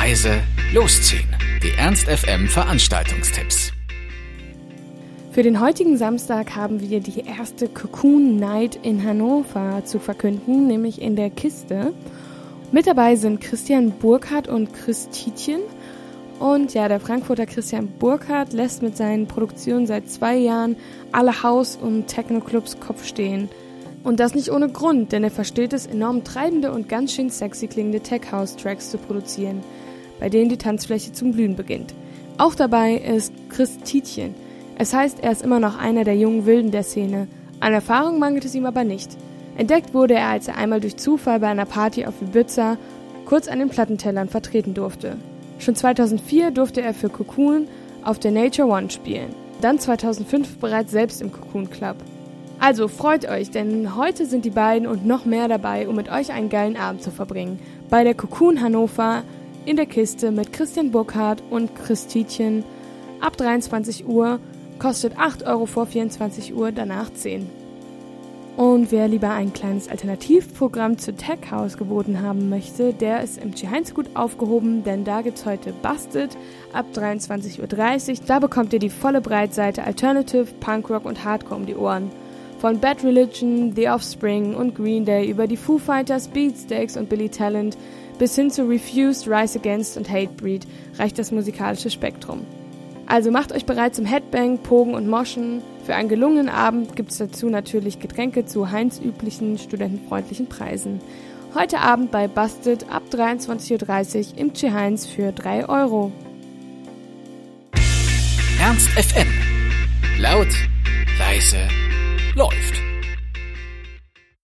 leise, losziehen. Die Ernst FM Veranstaltungstipps. Für den heutigen Samstag haben wir die erste Cocoon Night in Hannover zu verkünden, nämlich in der Kiste. Mit dabei sind Christian Burkhardt und Chris Tietjen. Und ja, der Frankfurter Christian Burkhardt lässt mit seinen Produktionen seit 2 Jahren alle House- und Techno-Clubs Kopf stehen. Und das nicht ohne Grund, denn er versteht es, enorm treibende und ganz schön sexy klingende Tech-House-Tracks zu produzieren, bei denen die Tanzfläche zum Blühen beginnt. Auch dabei ist Chris Tietjen. Es heißt, er ist immer noch einer der jungen Wilden der Szene. An Erfahrung mangelt es ihm aber nicht. Entdeckt wurde er, als er einmal durch Zufall bei einer Party auf Ibiza kurz an den Plattentellern vertreten durfte. Schon 2004 durfte er für Cocoon auf der Nature One spielen. Dann 2005 bereits selbst im Cocoon Club. Also freut euch, denn heute sind die beiden und noch mehr dabei, um mit euch einen geilen Abend zu verbringen. Bei der Cocoon Hannover in der Kiste mit Christian Burkhardt und Chris Tietjen ab 23 Uhr. Kostet 8 Euro vor 24 Uhr, danach 10. Und wer lieber ein kleines Alternativprogramm zu Tech House geboten haben möchte, der ist im G1 gut aufgehoben, denn da gibt's heute Busted ab 23:30 Uhr. Da bekommt ihr die volle Breitseite Alternative, Punkrock und Hardcore um die Ohren. Von Bad Religion, The Offspring und Green Day über die Foo Fighters, Beatsteaks und Billy Talent bis hin zu Refused, Rise Against und Hatebreed reicht das musikalische Spektrum. Also macht euch bereit zum Headbang, Pogen und Moschen. Für einen gelungenen Abend gibt's dazu natürlich Getränke zu Heinz-üblichen studentenfreundlichen Preisen. Heute Abend bei Busted ab 23:30 Uhr im G1 für 3 Euro. Ernst FM. Laut, leise, läuft.